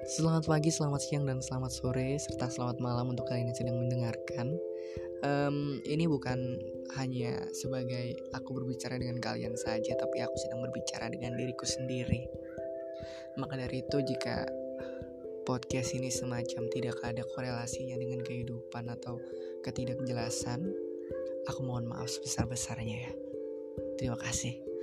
Selamat pagi, selamat siang, dan selamat sore, serta selamat malam untuk kalian yang sedang mendengarkan. Ini bukan hanya sebagai aku berbicara dengan kalian saja, tapi aku sedang berbicara dengan diriku sendiri. Maka dari itu, jika podcast ini semacam tidak ada korelasinya dengan kehidupan atau ketidakjelasan, aku mohon maaf sebesar-besarnya ya. Terima kasih.